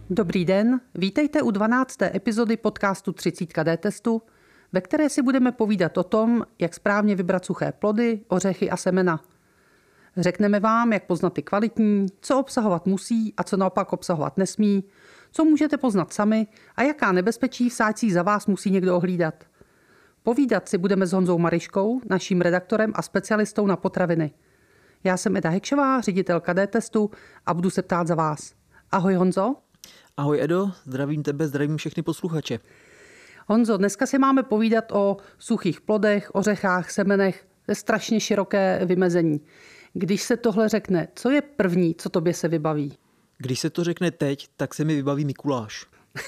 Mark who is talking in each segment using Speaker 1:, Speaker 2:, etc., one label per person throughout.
Speaker 1: Dobrý den, vítejte u 12. epizody podcastu 30D testu, ve které si budeme povídat o tom, jak správně vybrat suché plody, ořechy a semena. Řekneme vám, jak poznat ty kvalitní, co obsahovat musí a co naopak obsahovat nesmí, co můžete poznat sami a jaká nebezpečí v sáčcích za vás musí někdo ohlídat. Povídat si budeme s Honzou Mariškou, naším redaktorem a specialistou na potraviny. Já jsem Eda Hekšová, ředitelka D-testu a budu se ptát za vás. Ahoj Honzo.
Speaker 2: Ahoj Edo, zdravím tebe, zdravím všechny posluchače.
Speaker 1: Honzo, dneska si máme povídat o suchých plodech, ořechách, semenech, strašně široké vymezení. Když se tohle řekne, co je první, co tobě se vybaví?
Speaker 2: Když se to řekne teď, tak se mi vybaví Mikuláš.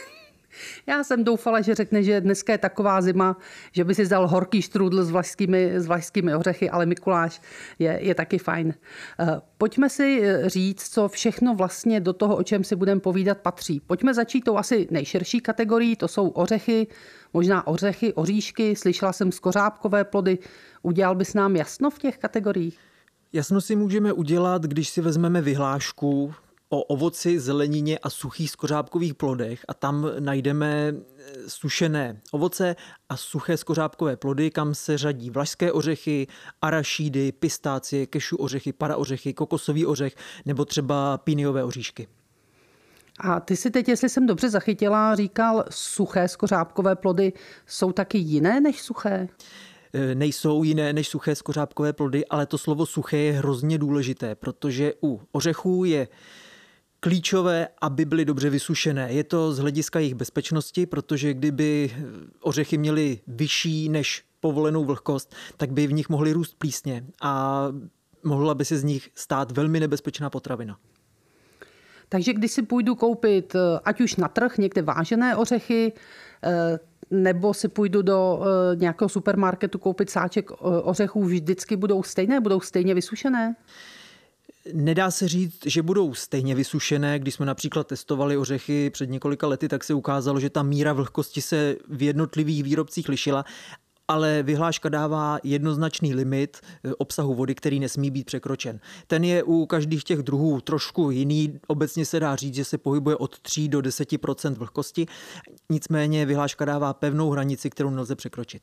Speaker 1: Já jsem doufala, že řekne, že dneska je taková zima, že by si vzal horký štrůdl s vlašskými ořechy, ale Mikuláš je taky fajn. Pojďme si říct, co všechno vlastně do toho, o čem si budeme povídat, patří. Pojďme začít tou asi nejširší kategorií, to jsou ořechy, možná ořechy, oříšky, slyšela jsem skořápkové plody. Udělal bys nám jasno v těch kategoriích?
Speaker 2: Jasno si můžeme udělat, když si vezmeme vyhlášku o ovoci, zelenině a suchých skořápkových plodech a tam najdeme sušené ovoce a suché skořápkové plody, kam se řadí vlašské ořechy, arašídy, pistácie, kešu ořechy, paraořechy, kokosový ořech nebo třeba píniové oříšky.
Speaker 1: A ty si teď, jestli jsem dobře zachytila, říkal, suché skořápkové plody jsou taky jiné než suché?
Speaker 2: Nejsou jiné než suché skořápkové plody, ale to slovo suché je hrozně důležité, protože u ořechů je klíčové, aby byly dobře vysušené. Je to z hlediska jejich bezpečnosti, protože kdyby ořechy měly vyšší než povolenou vlhkost, tak by v nich mohly růst plísně a mohla by se z nich stát velmi nebezpečná potravina.
Speaker 1: Takže když si půjdu koupit, ať už na trh, někde vážené ořechy, nebo si půjdu do nějakého supermarketu koupit sáček ořechů, vždycky budou stejně vysušené?
Speaker 2: Nedá se říct, že budou stejně vysušené. Když jsme například testovali ořechy před několika lety, tak se ukázalo, že ta míra vlhkosti se v jednotlivých výrobcích lišila, ale vyhláška dává jednoznačný limit obsahu vody, který nesmí být překročen. Ten je u každých těch druhů trošku jiný. Obecně se dá říct, že se pohybuje od 3 do 10% vlhkosti. Nicméně vyhláška dává pevnou hranici, kterou nelze překročit.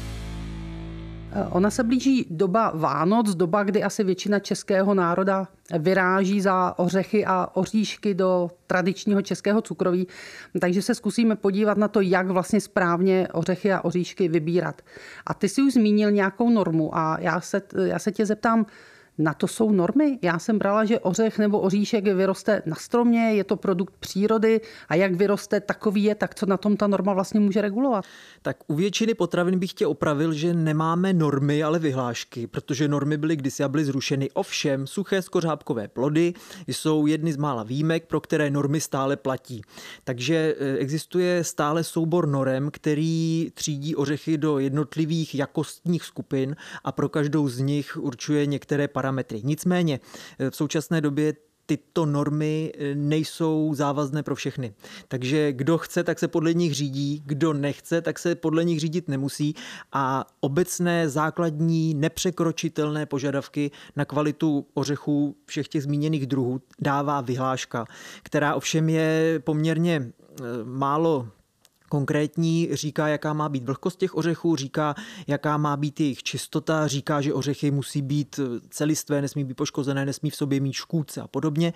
Speaker 1: Ona se blíží doba Vánoc, doba, kdy asi většina českého národa vyráží za ořechy a oříšky do tradičního českého cukroví, takže se zkusíme podívat na to, jak vlastně správně ořechy a oříšky vybírat. A ty si už zmínil nějakou normu a já se tě zeptám, na to jsou normy? Já jsem brala, že ořech nebo oříšek vyroste na stromě, je to produkt přírody a jak vyroste, takový je, tak co na tom ta norma vlastně může regulovat?
Speaker 2: Tak u většiny potravin bych tě opravil, že nemáme normy, ale vyhlášky, protože normy byly kdysi a byly zrušeny. Ovšem, suché skořápkové plody jsou jedny z mála výjimek, pro které normy stále platí. Takže existuje stále soubor norem, který třídí ořechy do jednotlivých jakostních skupin a pro každou z nich určuje některé parametry. Nicméně v současné době tyto normy nejsou závazné pro všechny. Takže kdo chce, tak se podle nich řídí, kdo nechce, tak se podle nich řídit nemusí a obecné základní nepřekročitelné požadavky na kvalitu ořechů všech těch zmíněných druhů dává vyhláška, která ovšem je poměrně málo konkrétní, říká, jaká má být vlhkost těch ořechů, říká, jaká má být jejich čistota, říká, že ořechy musí být celistvé, nesmí být poškozené, nesmí v sobě mít škůdce a podobně,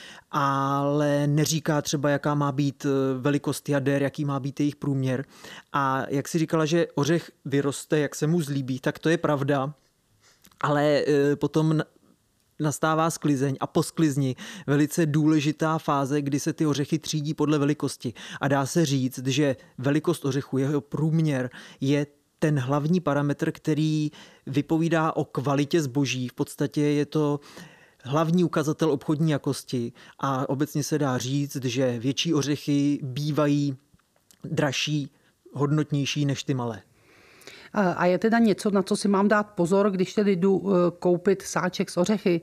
Speaker 2: ale neříká třeba, jaká má být velikost jader, jaký má být jejich průměr. A jak si říkala, že ořech vyroste, jak se mu zlíbí, tak to je pravda, ale potom nastává sklizeň a po sklizni velice důležitá fáze, kdy se ty ořechy třídí podle velikosti. A dá se říct, že velikost ořechu, jeho průměr je ten hlavní parametr, který vypovídá o kvalitě zboží. V podstatě je to hlavní ukazatel obchodní jakosti a obecně se dá říct, že větší ořechy bývají dražší, hodnotnější než ty malé.
Speaker 1: A je teda něco, na co si mám dát pozor, když tedy jdu koupit sáček s ořechy?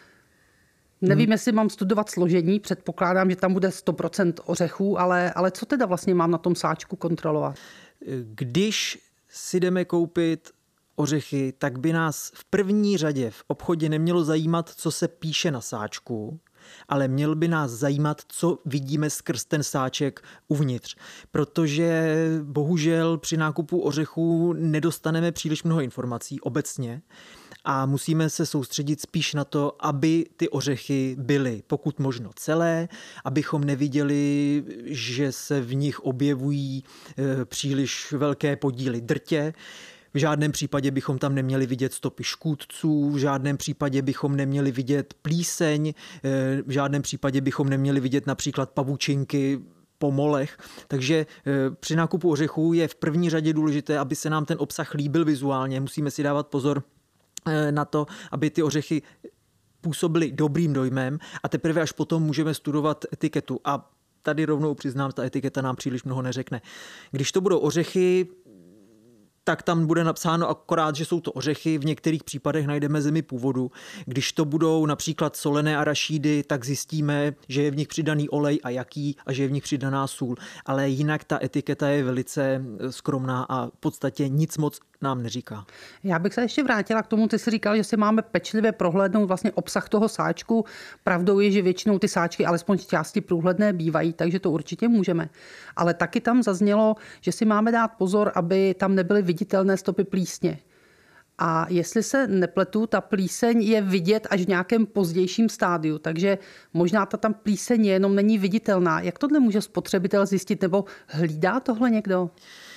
Speaker 1: Nevím, jestli mám studovat složení, předpokládám, že tam bude 100% ořechů, ale co teda vlastně mám na tom sáčku kontrolovat?
Speaker 2: Když si jdeme koupit ořechy, tak by nás v první řadě v obchodě nemělo zajímat, co se píše na sáčku, ale měl by nás zajímat, co vidíme skrz ten sáček uvnitř. Protože bohužel při nákupu ořechů nedostaneme příliš mnoho informací obecně a musíme se soustředit spíš na to, aby ty ořechy byly pokud možno celé, abychom neviděli, že se v nich objevují příliš velké podíly drtě. V žádném případě bychom tam neměli vidět stopy škůdců, v žádném případě bychom neměli vidět plíseň, v žádném případě bychom neměli vidět například pavučinky po molech. Takže při nákupu ořechů je v první řadě důležité, aby se nám ten obsah líbil vizuálně. Musíme si dávat pozor na to, aby ty ořechy působily dobrým dojmem a teprve až potom můžeme studovat etiketu. A tady rovnou přiznám, ta etiketa nám příliš mnoho neřekne. Když to budou ořechy, tak tam bude napsáno akorát, že jsou to ořechy. V některých případech najdeme zemi původu. Když to budou například solené arašídy, tak zjistíme, že je v nich přidaný olej a jaký a že je v nich přidaná sůl. Ale jinak ta etiketa je velice skromná a v podstatě nic moc nám neříká.
Speaker 1: Já bych se ještě vrátila k tomu, ty jsi říkal, že si máme pečlivě prohlédnout vlastně obsah toho sáčku. Pravdou je, že většinou ty sáčky alespoň z části průhledné bývají, takže to určitě můžeme. Ale taky tam zaznělo, že si máme dát pozor, aby tam nebyly viditelné stopy plísně. A jestli se nepletu, ta plíseň je vidět až v nějakém pozdějším stádiu, takže možná ta tam plíseň jenom není viditelná. Jak tohle může spotřebitel zjistit, nebo hlídá tohle někdo?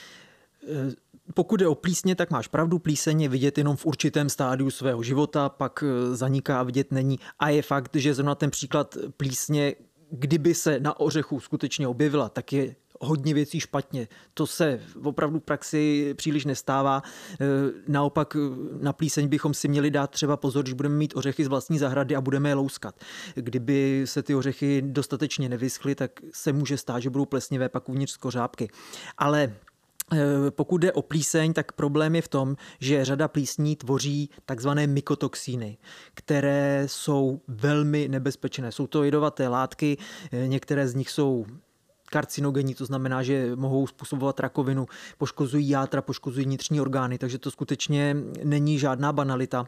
Speaker 2: Pokud jde o plísně, tak máš pravdu, plíseň je vidět jenom v určitém stádiu svého života, pak zaniká a vidět není. A je fakt, že zrovna ten příklad plísně, kdyby se na ořechu skutečně objevila, tak je hodně věcí špatně. To se opravdu v praxi příliš nestává. Naopak na plíseň bychom si měli dát třeba pozor, když budeme mít ořechy z vlastní zahrady a budeme je louskat. Kdyby se ty ořechy dostatečně nevyschly, tak se může stát, že budou plesnivé pak uvnitř skořápky. Ale pokud jde o plíseň, tak problém je v tom, že řada plísní tvoří takzvané mykotoxíny, které jsou velmi nebezpečné. Jsou to jedovaté látky, některé z nich jsou karcinogenní, to znamená, že mohou způsobovat rakovinu, poškozují játra, poškozují vnitřní orgány, takže to skutečně není žádná banalita.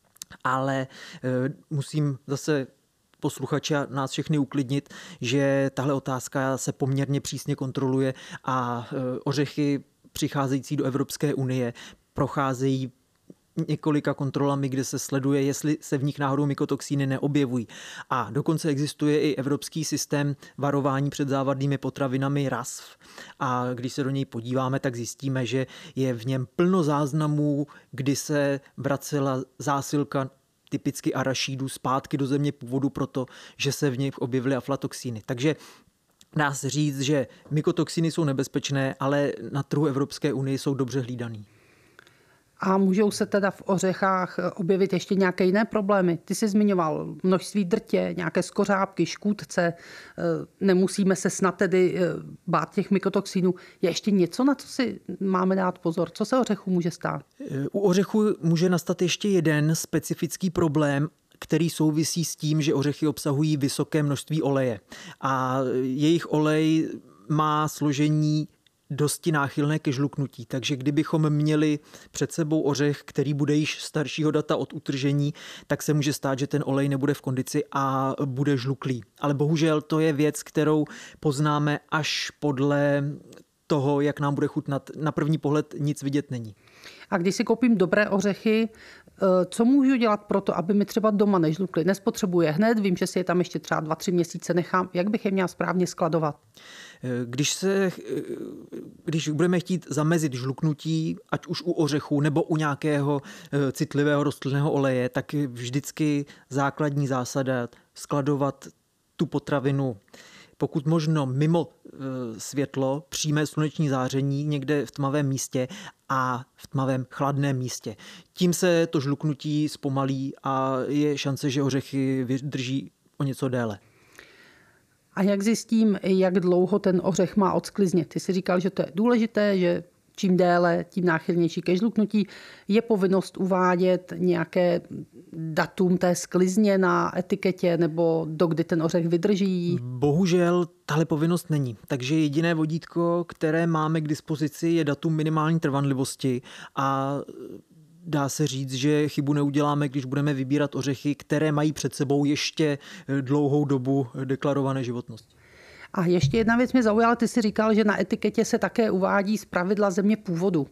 Speaker 2: Ale musím zase posluchače a nás všechny uklidnit, že tahle otázka se poměrně přísně kontroluje a ořechy přicházející do Evropské unie procházejí několika kontrolami, kde se sleduje, jestli se v nich náhodou mykotoxíny neobjevují. A dokonce existuje i evropský systém varování před závadnými potravinami RASV. A když se do něj podíváme, tak zjistíme, že je v něm plno záznamů, kdy se vracela zásilka typicky arašídů zpátky do země původu proto, že se v nich objevily aflatoxíny. Takže dá se říct, že mykotoxiny jsou nebezpečné, ale na trhu Evropské unie jsou dobře hlídaný.
Speaker 1: A můžou se teda v ořechách objevit ještě nějaké jiné problémy? Ty jsi zmiňoval množství drtě, nějaké skořápky, škůdce. Nemusíme se snad tedy bát těch mykotoxinů. Je ještě něco, na co si máme dát pozor? Co se ořechu může stát?
Speaker 2: U ořechu může nastat ještě jeden specifický problém, který souvisí s tím, že ořechy obsahují vysoké množství oleje. A jejich olej má složení dosti náchylné ke žluknutí. Takže kdybychom měli před sebou ořech, který bude již staršího data od utržení, tak se může stát, že ten olej nebude v kondici a bude žluklý. Ale bohužel to je věc, kterou poznáme až podle toho, jak nám bude chutnat. Na první pohled nic vidět není.
Speaker 1: A když si koupím dobré ořechy, co můžu dělat pro to, aby mi třeba doma nežlukly? Nespotřebuje hned, vím, že si je tam ještě třeba 2-3 měsíce nechám. Jak bych je měla správně skladovat? Když budeme chtít zamezit žluknutí, ať už u ořechů nebo u nějakého citlivého rostlinného oleje, tak vždycky základní zásada skladovat tu potravinu pokud možno mimo světlo, přímé sluneční záření někde v tmavém místě a v tmavém chladném místě. Tím se to žluknutí zpomalí a je šance, že ořechy vydrží o něco déle. A jak zjistím, jak dlouho ten ořech má odskliznět? Ty jsi říkal, že to je důležité, že čím déle, tím náchylnější ke žluknutí. Je povinnost uvádět nějaké datum té sklizně na etiketě nebo dokdy ten ořech vydrží?
Speaker 2: Bohužel tahle povinnost není. Takže jediné vodítko, které máme k dispozici, je datum minimální trvanlivosti a dá se říct, že chybu neuděláme, když budeme vybírat ořechy, které mají před sebou ještě dlouhou dobu deklarované životnosti.
Speaker 1: A ještě jedna věc mě zaujala, ty jsi říkal, že na etiketě se také uvádí zpravidla země původu.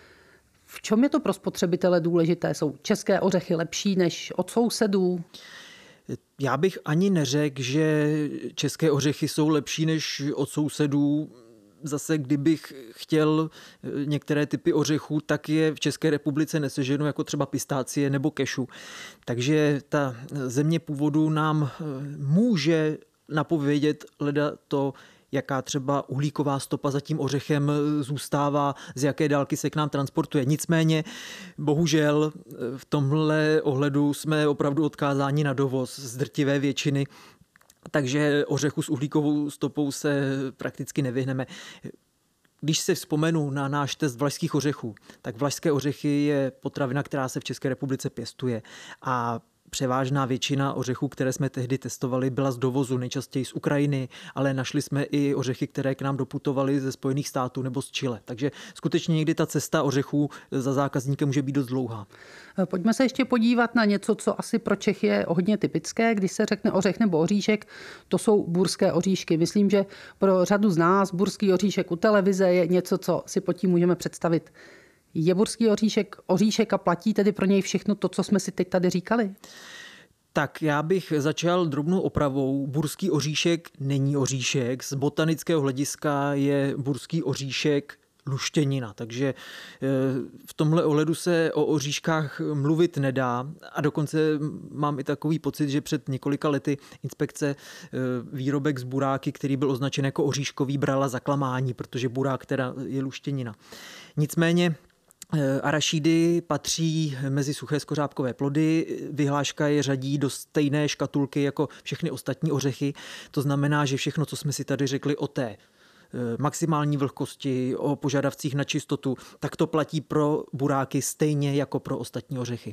Speaker 1: V čem je to pro spotřebitele důležité? Jsou české ořechy lepší než od sousedů?
Speaker 2: Já bych ani neřekl, že české ořechy jsou lepší než od sousedů. Zase, kdybych chtěl některé typy ořechů, tak je v České republice neseženu, jako třeba pistácie nebo kešu. Takže ta země původu nám může napovědět leda to, jaká třeba uhlíková stopa za tím ořechem zůstává, z jaké dálky se k nám transportuje. Nicméně, bohužel, v tomhle ohledu jsme opravdu odkázáni na dovoz z drtivé většiny, takže ořechu s uhlíkovou stopou se prakticky nevyhneme. Když se vzpomenu na náš test vlašských ořechů, tak vlašské ořechy je potravina, která se v České republice pěstuje a převážná většina ořechů, které jsme tehdy testovali, byla z dovozu, nejčastěji z Ukrajiny, ale našli jsme i ořechy, které k nám doputovaly ze Spojených států nebo z Chile. Takže skutečně někdy ta cesta ořechů za zákazníkem může být dost dlouhá.
Speaker 1: Pojďme se ještě podívat na něco, co asi pro Čechy je hodně typické. Když se řekne ořech nebo oříšek, to jsou burské oříšky. Myslím, že pro řadu z nás burský oříšek u televize je něco, co si pod tím můžeme představit. Je burský oříšek a platí tedy pro něj všechno to, co jsme si teď tady říkali?
Speaker 2: Tak já bych začal drobnou opravou. Burský oříšek není oříšek. Z botanického hlediska je burský oříšek luštěnina, takže v tomhle ohledu se o oříškách mluvit nedá a dokonce mám i takový pocit, že před několika lety inspekce výrobek z buráky, který byl označen jako oříškový, brala za klamání, protože burák teda je luštěnina. Nicméně arašídy patří mezi suché skořápkové plody, vyhláška je řadí do stejné škatulky jako všechny ostatní ořechy, to znamená, že všechno, co jsme si tady řekli o té maximální vlhkosti, o požadavcích na čistotu, tak to platí pro buráky stejně jako pro ostatní ořechy.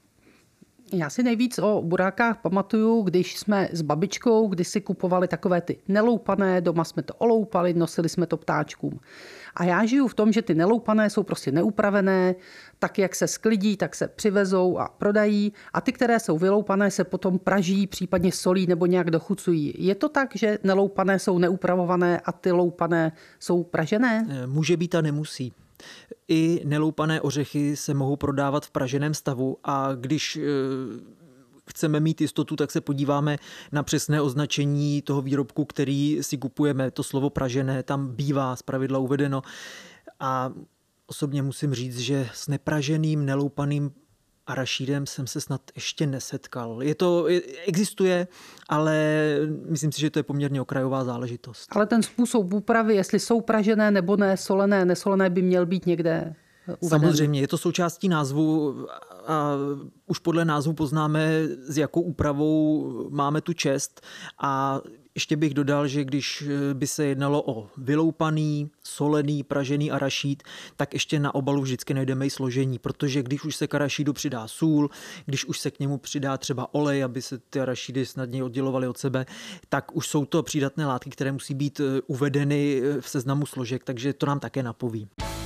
Speaker 1: Já si nejvíc o burákách pamatuju, když jsme s babičkou kdysi kupovali takové ty neloupané, doma jsme to oloupali, nosili jsme to ptáčkům. A já žiju v tom, že ty neloupané jsou prostě neupravené, tak jak se sklidí, tak se přivezou a prodají a ty, které jsou vyloupané, se potom praží, případně solí nebo nějak dochucují. Je to tak, že neloupané jsou neupravované a ty loupané jsou pražené?
Speaker 2: Může být a nemusí. I neloupané ořechy se mohou prodávat v praženém stavu a když chceme mít jistotu, tak se podíváme na přesné označení toho výrobku, který si kupujeme. To slovo pražené tam bývá zpravidla uvedeno a osobně musím říct, že s nepraženým, neloupaným arašídem jsem se snad ještě nesetkal. Existuje, ale myslím si, že to je poměrně okrajová záležitost.
Speaker 1: Ale ten způsob úpravy, jestli jsou pražené nebo ne, solené, nesolené, by měl být někde uveden.
Speaker 2: Samozřejmě, je to součástí názvu a už podle názvu poznáme, s jakou úpravou máme tu čest. A ještě bych dodal, že když by se jednalo o vyloupaný, solený, pražený arašíd, tak ještě na obalu vždycky najdeme i složení, protože když už se k arašídu přidá sůl, když už se k němu přidá třeba olej, aby se ty arašídy snadněji oddělovaly od sebe, tak už jsou to přídatné látky, které musí být uvedeny v seznamu složek, takže to nám také napoví.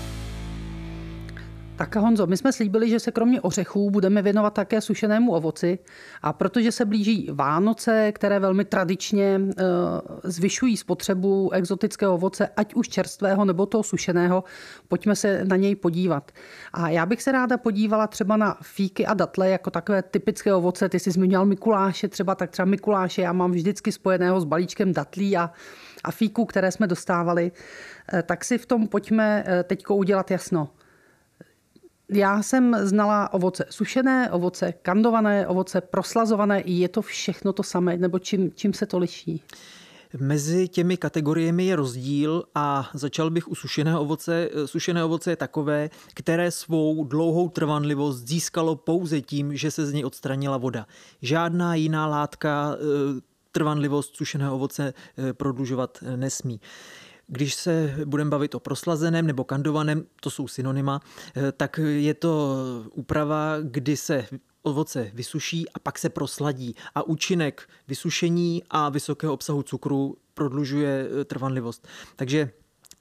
Speaker 1: Tak Honzo, my jsme slíbili, že se kromě ořechů budeme věnovat také sušenému ovoci a protože se blíží Vánoce, které velmi tradičně zvyšují spotřebu exotického ovoce, ať už čerstvého nebo toho sušeného, pojďme se na něj podívat. A já bych se ráda podívala třeba na fíky a datle jako takové typické ovoce. Ty jsi zmiňoval Mikuláše, třeba Mikuláše já mám vždycky spojeného s balíčkem datlí a fíků, které jsme dostávali. Tak si v tom pojďme teďko udělat jasno. Já jsem znala ovoce sušené, ovoce kandované, ovoce proslazované. Je to všechno to samé, nebo čím se to liší?
Speaker 2: Mezi těmi kategoriemi je rozdíl a začal bych u sušeného ovoce. Sušené ovoce je takové, které svou dlouhou trvanlivost získalo pouze tím, že se z něj odstranila voda. Žádná jiná látka trvanlivost sušeného ovoce prodlužovat nesmí. Když se budeme bavit o proslazeném nebo kandovaném, to jsou synonyma, tak je to úprava, kdy se ovoce vysuší a pak se prosladí. A účinek vysušení a vysokého obsahu cukru prodlužuje trvanlivost. Takže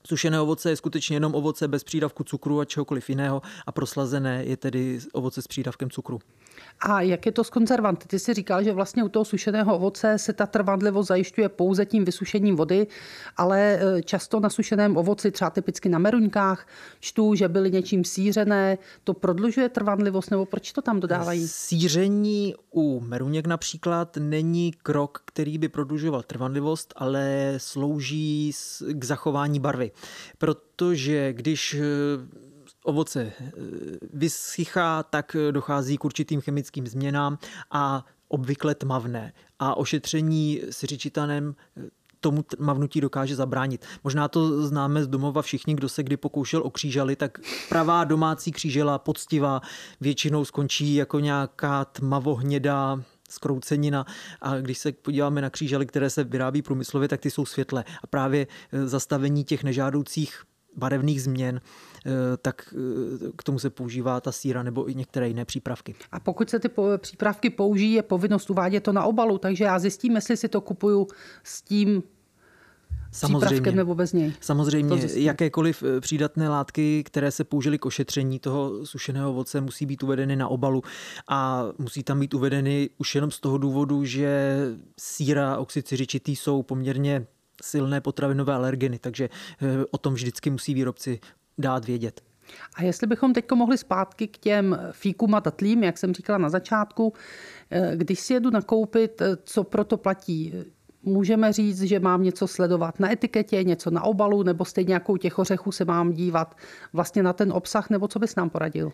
Speaker 2: Sušené ovoce je skutečně jenom ovoce bez přídavku cukru a čehokoliv jiného a proslazené je tedy ovoce s přídavkem cukru.
Speaker 1: A jak je to s konzervanty? Ty jsi říkal, že vlastně u toho sušeného ovoce se ta trvanlivost zajišťuje pouze tím vysušením vody, ale často na sušeném ovoci, třeba typicky na meruňkách, čtu, že byly něčím sířené. To prodlužuje trvanlivost, nebo proč to tam dodávají?
Speaker 2: Síření u meruněk například není krok, který by prodlužoval trvanlivost, ale slouží k zachování barvy. Protože když ovoce vysychá, tak dochází k určitým chemickým změnám a obvykle tmavné. A ošetření siřičitanem tomu tmavnutí dokáže zabránit. Možná to známe z domova všichni, kdo se kdy pokoušel o křížaly, tak pravá domácí křížela, poctivá, většinou skončí jako nějaká tmavohnědá zkroucenina a když se podíváme na křížaly, které se vyrábí průmyslově, tak ty jsou světlé. A právě zastavení těch nežádoucích barevných změn, tak k tomu se používá ta síra nebo i některé jiné přípravky.
Speaker 1: A pokud se ty přípravky použijí, je povinnost uvádět to na obalu, takže já zjistím, jestli si to kupuju s tím přípravkem nebo bez něj.
Speaker 2: Samozřejmě, jakékoliv přídatné látky, které se použily k ošetření toho sušeného ovoce, musí být uvedeny na obalu a musí tam být uvedeny už jenom z toho důvodu, že síra a oxid siřičitý jsou poměrně silné potravinové alergeny, takže o tom vždycky musí výrobci dát vědět.
Speaker 1: A jestli bychom teď mohli zpátky k těm fíkům a datlím, jak jsem říkala na začátku, když si jedu nakoupit, co pro to platí? Můžeme říct, že mám něco sledovat na etiketě, něco na obalu, nebo stejně jako u těch ořechů se mám dívat vlastně na ten obsah, nebo co bys nám poradil?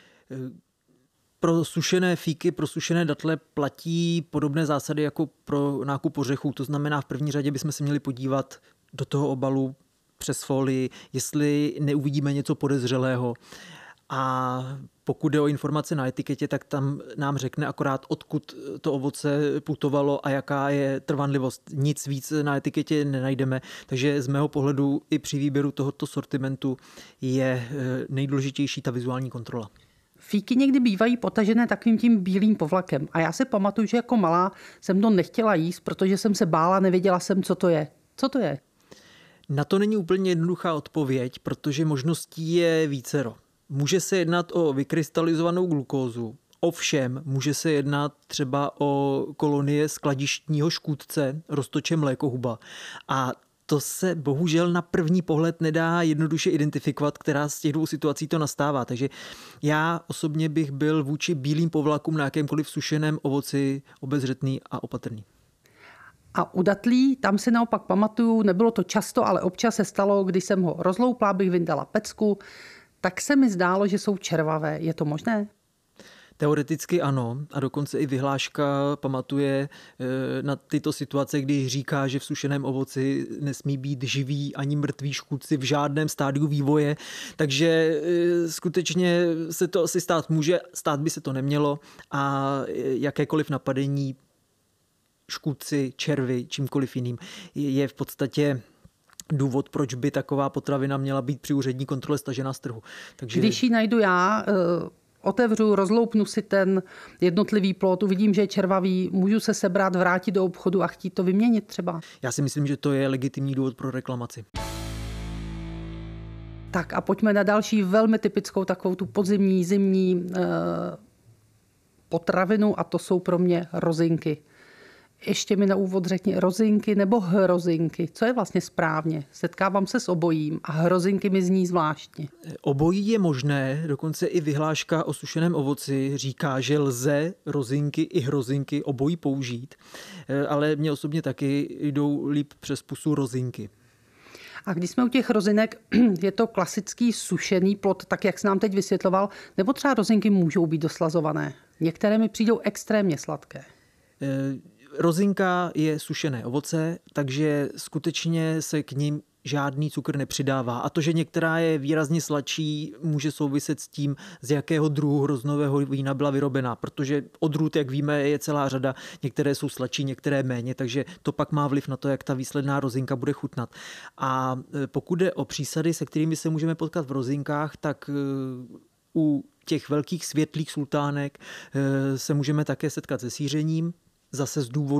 Speaker 2: Pro sušené fíky, pro sušené datle platí podobné zásady jako pro nákup ořechů. To znamená, v první řadě bychom se měli podívat do toho obalu přes folii, jestli neuvidíme něco podezřelého. A pokud jde o informace na etiketě, tak tam nám řekne akorát, odkud to ovoce putovalo a jaká je trvanlivost. Nic víc na etiketě nenajdeme, takže z mého pohledu i při výběru tohoto sortimentu je nejdůležitější ta vizuální kontrola.
Speaker 1: Fíky někdy bývají potažené takovým tím bílým povlakem. A já si pamatuju, že jako malá jsem to nechtěla jíst, protože jsem se bála, nevěděla jsem, co to je. Co to je?
Speaker 2: Na to není úplně jednoduchá odpověď, protože možností je vícero. Může se jednat o vykrystalizovanou glukózu. Ovšem, může se jednat třeba o kolonie skladištního škůdce, roztoče mlékohuba. A to se bohužel na první pohled nedá jednoduše identifikovat, která z těch dvou situací to nastává. Takže já osobně bych byl vůči bílým povlakům na jakémkoliv sušeném ovoci obezřetný a opatrný.
Speaker 1: A u datlí, tam si naopak pamatuju, nebylo to často, ale občas se stalo, když jsem ho rozloupla, abych vyndala pecku, tak se mi zdálo, že jsou červavé. Je to možné?
Speaker 2: Teoreticky ano a dokonce i vyhláška pamatuje na tyto situace, když říká, že v sušeném ovoci nesmí být živý ani mrtví škůdci v žádném stádiu vývoje, takže skutečně se to asi stát může, stát by se to nemělo a jakékoliv napadení škůdci, červy, čímkoliv jiným je v podstatě důvod, proč by taková potravina měla být při úřední kontrole stažena z trhu. Takže...
Speaker 1: Když ji najdu já, otevřu, rozloupnu si ten jednotlivý plod, uvidím, že je červavý, můžu se sebrat, vrátit do obchodu a chtít to vyměnit třeba?
Speaker 2: Já si myslím, že to je legitimní důvod pro reklamaci.
Speaker 1: Tak a pojďme na další velmi typickou takovou tu podzimní, zimní potravinu a to jsou pro mě rozinky. Ještě mi na úvod řekni rozinky nebo hrozinky. Co je vlastně správně? Setkávám se s obojím a hrozinky mi zní zvláštně.
Speaker 2: Obojí je možné, dokonce i vyhláška o sušeném ovoci říká, že lze rozinky i hrozinky obojí použít, ale mně osobně taky jdou líp přes pusu rozinky.
Speaker 1: A když jsme u těch rozinek, je to klasický sušený plod, tak jak jsi nám teď vysvětloval, nebo třeba rozinky můžou být doslazované? Některé mi přijdou extrémně sladké.
Speaker 2: Rozinka je sušené ovoce, takže skutečně se k ním žádný cukr nepřidává. A to, že některá je výrazně sladší, může souviset s tím, z jakého druhu hroznového vína byla vyrobená, protože odrůd, jak víme, je celá řada. Některé jsou sladší, některé méně, takže to pak má vliv na to, jak ta výsledná rozinka bude chutnat. A pokud jde o přísady, se kterými se můžeme potkat v rozinkách, tak u těch velkých světlých sultánek se můžeme také setkat se sířením, zase z důvodu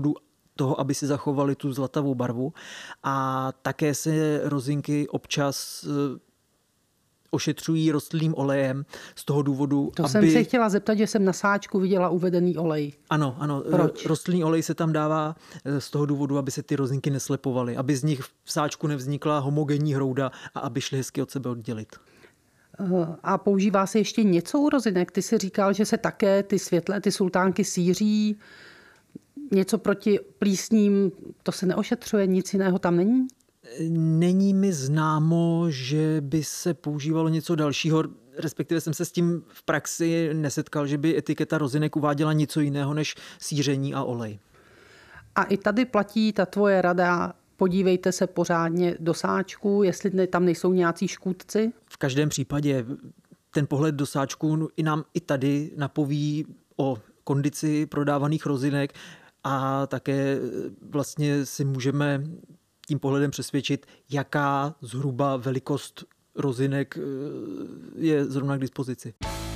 Speaker 2: toho, aby si zachovali tu zlatavou barvu. A také se rozinky občas ošetřují rostlinným olejem z toho důvodu,
Speaker 1: to jsem se chtěla zeptat, že jsem na sáčku viděla uvedený olej.
Speaker 2: Ano.
Speaker 1: Proč?
Speaker 2: Rostlinný olej se tam dává z toho důvodu, aby se ty rozinky neslepovaly, aby z nich v sáčku nevznikla homogenní hrouda a aby šly hezky od sebe oddělit.
Speaker 1: A používá se ještě něco u rozinek? Ty jsi říkal, že se také ty světlé, ty sultánky síří. Něco proti plísním, to se neošetřuje, nic jiného tam není?
Speaker 2: Není mi známo, že by se používalo něco dalšího, respektive jsem se s tím v praxi nesetkal, že by etiketa rozinek uváděla něco jiného než síření a olej.
Speaker 1: A i tady platí ta tvoje rada, podívejte se pořádně do sáčku, jestli tam nejsou nějací škůdci?
Speaker 2: V každém případě ten pohled do sáčku nám i tady napoví o kondici prodávaných rozinek a také vlastně si můžeme tím pohledem přesvědčit, jaká zhruba velikost rozinek je zrovna k dispozici.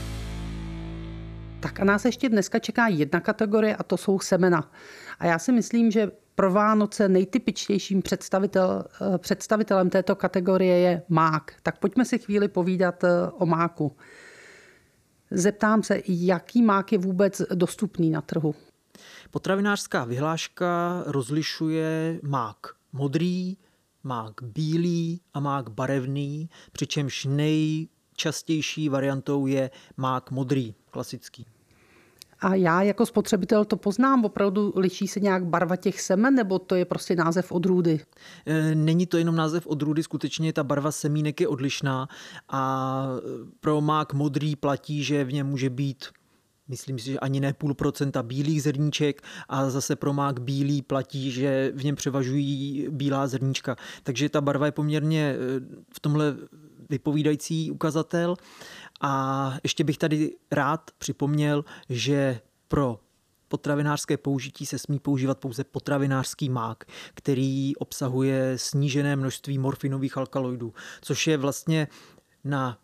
Speaker 1: Tak a nás ještě dneska čeká jedna kategorie a to jsou semena. A já si myslím, že pro Vánoce nejtypičtějším představitelem této kategorie je mák. Tak pojďme si chvíli povídat o máku. Zeptám se, jaký mák je vůbec dostupný na trhu?
Speaker 2: Potravinářská vyhláška rozlišuje mák modrý, mák bílý a mák barevný, přičemž nejčastější variantou je mák modrý, klasický.
Speaker 1: A já jako spotřebitel to poznám, opravdu liší se nějak barva těch semen, nebo to je prostě název odrůdy?
Speaker 2: Není to jenom název odrůdy, skutečně ta barva semínek je odlišná a pro mák modrý platí, že v něm může být, myslím si, že ani ne 0,5% bílých zrníček a zase pro mák bílý platí, že v něm převažují bílá zrníčka. Takže ta barva je poměrně v tomhle vypovídající ukazatel. A ještě bych tady rád připomněl, že pro potravinářské použití se smí používat pouze potravinářský mák, který obsahuje snížené množství morfinových alkaloidů, což je vlastně na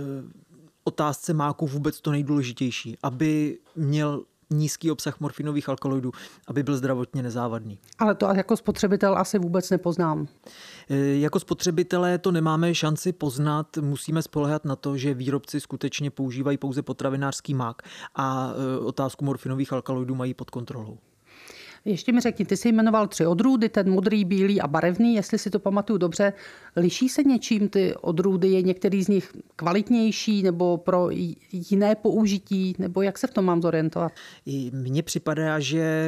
Speaker 2: otázce máku vůbec to nejdůležitější, aby měl nízký obsah morfinových alkaloidů, aby byl zdravotně nezávadný.
Speaker 1: Ale to jako spotřebitel asi vůbec nepoznám.
Speaker 2: Jako spotřebitelé to nemáme šanci poznat, musíme spoléhat na to, že výrobci skutečně používají pouze potravinářský mák a otázku morfinových alkaloidů mají pod kontrolou.
Speaker 1: Ještě mi řekni, ty jsi jmenoval 3 odrůdy, ten modrý, bílý a barevný, jestli si to pamatuju dobře. Liší se něčím ty odrůdy? Je některý z nich kvalitnější nebo pro jiné použití? Nebo jak se v tom mám zorientovat?
Speaker 2: Mně připadá, že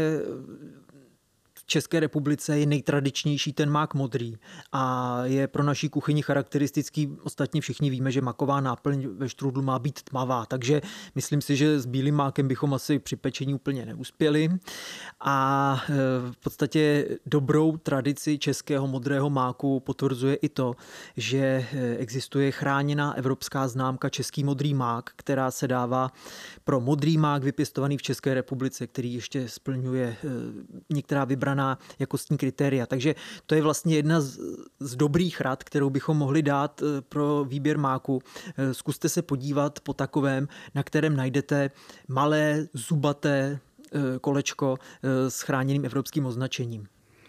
Speaker 2: v České republice je nejtradičnější ten mák modrý a je pro naší kuchyni charakteristický. Ostatně všichni víme, že maková náplň ve štrůdlu má být tmavá, takže myslím si, že s bílým mákem bychom asi při pečení úplně neuspěli. A v podstatě dobrou tradici českého modrého máku potvrzuje i to, že existuje chráněná evropská známka Český modrý mák, která se dává pro modrý mák vypěstovaný v České republice, který ještě splňuje některá vybraná jakostní kritéria. Takže to je vlastně jedna z dobrých rad, kterou bychom mohli dát pro výběr máku. Zkuste se podívat po takovém, na kterém najdete malé zubaté kolečko s chráněným evropským označením.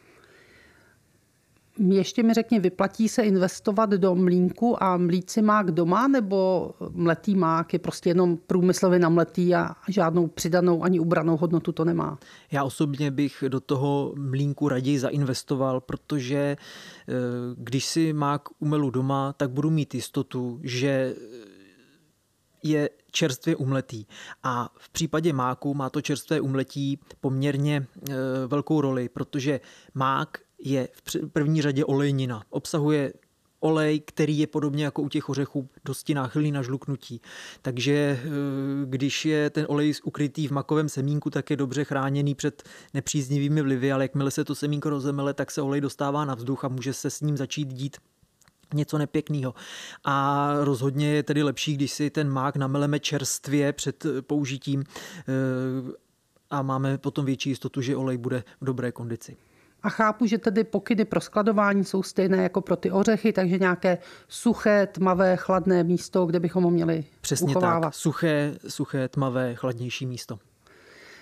Speaker 1: Ještě mi řekni, vyplatí se investovat do mlýnku a mlít si mák doma, nebo mletý mák je prostě jenom průmyslově namletý a žádnou přidanou ani ubranou hodnotu to nemá?
Speaker 2: Já osobně bych do toho mlýnku raději zainvestoval, protože když si mák umelu doma, tak budu mít jistotu, že je čerstvě umletý. A v případě máku má to čerstvé umletí poměrně velkou roli, protože mák je v první řadě olejnina. Obsahuje olej, který je podobně jako u těch ořechů dosti náchylný na žluknutí. Takže když je ten olej ukrytý v makovém semínku, tak je dobře chráněný před nepříznivými vlivy, ale jakmile se to semínko rozemele, tak se olej dostává na vzduch a může se s ním začít dít něco nepěkného. A rozhodně je tedy lepší, když si ten mák nameleme čerstvě před použitím a máme potom větší jistotu, že olej bude v dobré kondici.
Speaker 1: A chápu, že tedy pokyny pro skladování jsou stejné jako pro ty ořechy, takže nějaké suché, tmavé, chladné místo, kde bychom ho měli
Speaker 2: Přesně
Speaker 1: uchovávat.
Speaker 2: tak, suché, tmavé, chladnější místo.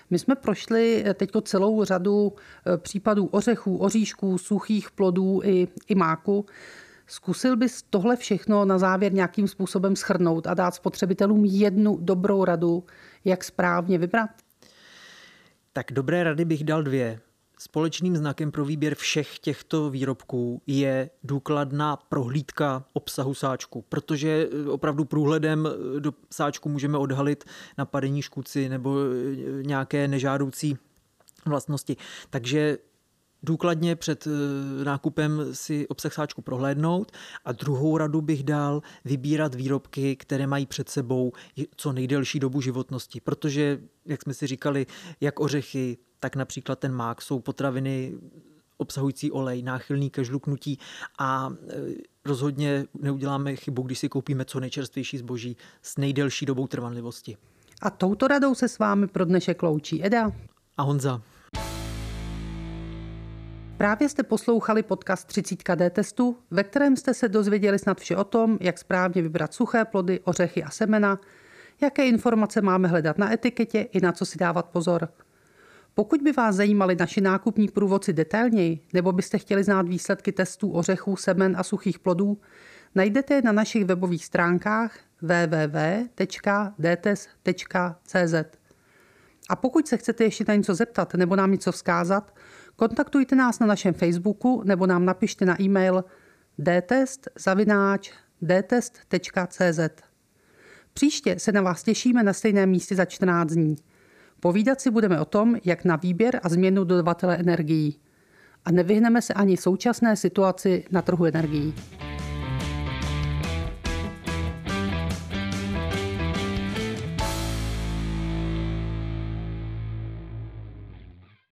Speaker 1: My jsme prošli teďko celou řadu případů ořechů, oříšků, suchých plodů i máku. Zkusil bys tohle všechno na závěr nějakým způsobem shrnout a dát spotřebitelům jednu dobrou radu, jak správně vybrat?
Speaker 2: Tak dobré rady bych dal 2. Společným znakem pro výběr všech těchto výrobků je důkladná prohlídka obsahu sáčku, protože opravdu průhledem do sáčku můžeme odhalit napadení škůdci nebo nějaké nežádoucí vlastnosti. Takže důkladně před nákupem si obsah sáčku prohlédnout a druhou radu bych dal vybírat výrobky, které mají před sebou co nejdelší dobu životnosti, protože, jak jsme si říkali, jak ořechy, tak například ten mák jsou potraviny obsahující olej, náchylný ke žluknutí a rozhodně neuděláme chybu, když si koupíme co nejčerstvější zboží s nejdelší dobou trvanlivosti.
Speaker 1: A touto radou se s vámi pro dnešek loučí Eda
Speaker 2: a Honza.
Speaker 1: Právě jste poslouchali podcast 30D testu, ve kterém jste se dozvěděli snad vše o tom, jak správně vybrat suché plody, ořechy a semena, jaké informace máme hledat na etiketě i na co si dávat pozor. Pokud by vás zajímali naši nákupní průvodci detailněji, nebo byste chtěli znát výsledky testů ořechů, semen a suchých plodů, najdete je na našich webových stránkách www.dtest.cz. A pokud se chcete ještě na něco zeptat nebo nám něco vzkázat, kontaktujte nás na našem Facebooku nebo nám napište na e-mail dtest@dtest.cz. Příště se na vás těšíme na stejném místě za 14 dní. Povídat si budeme o tom, jak na výběr a změnu dodavatele energií. A nevyhneme se ani současné situaci na trhu energií.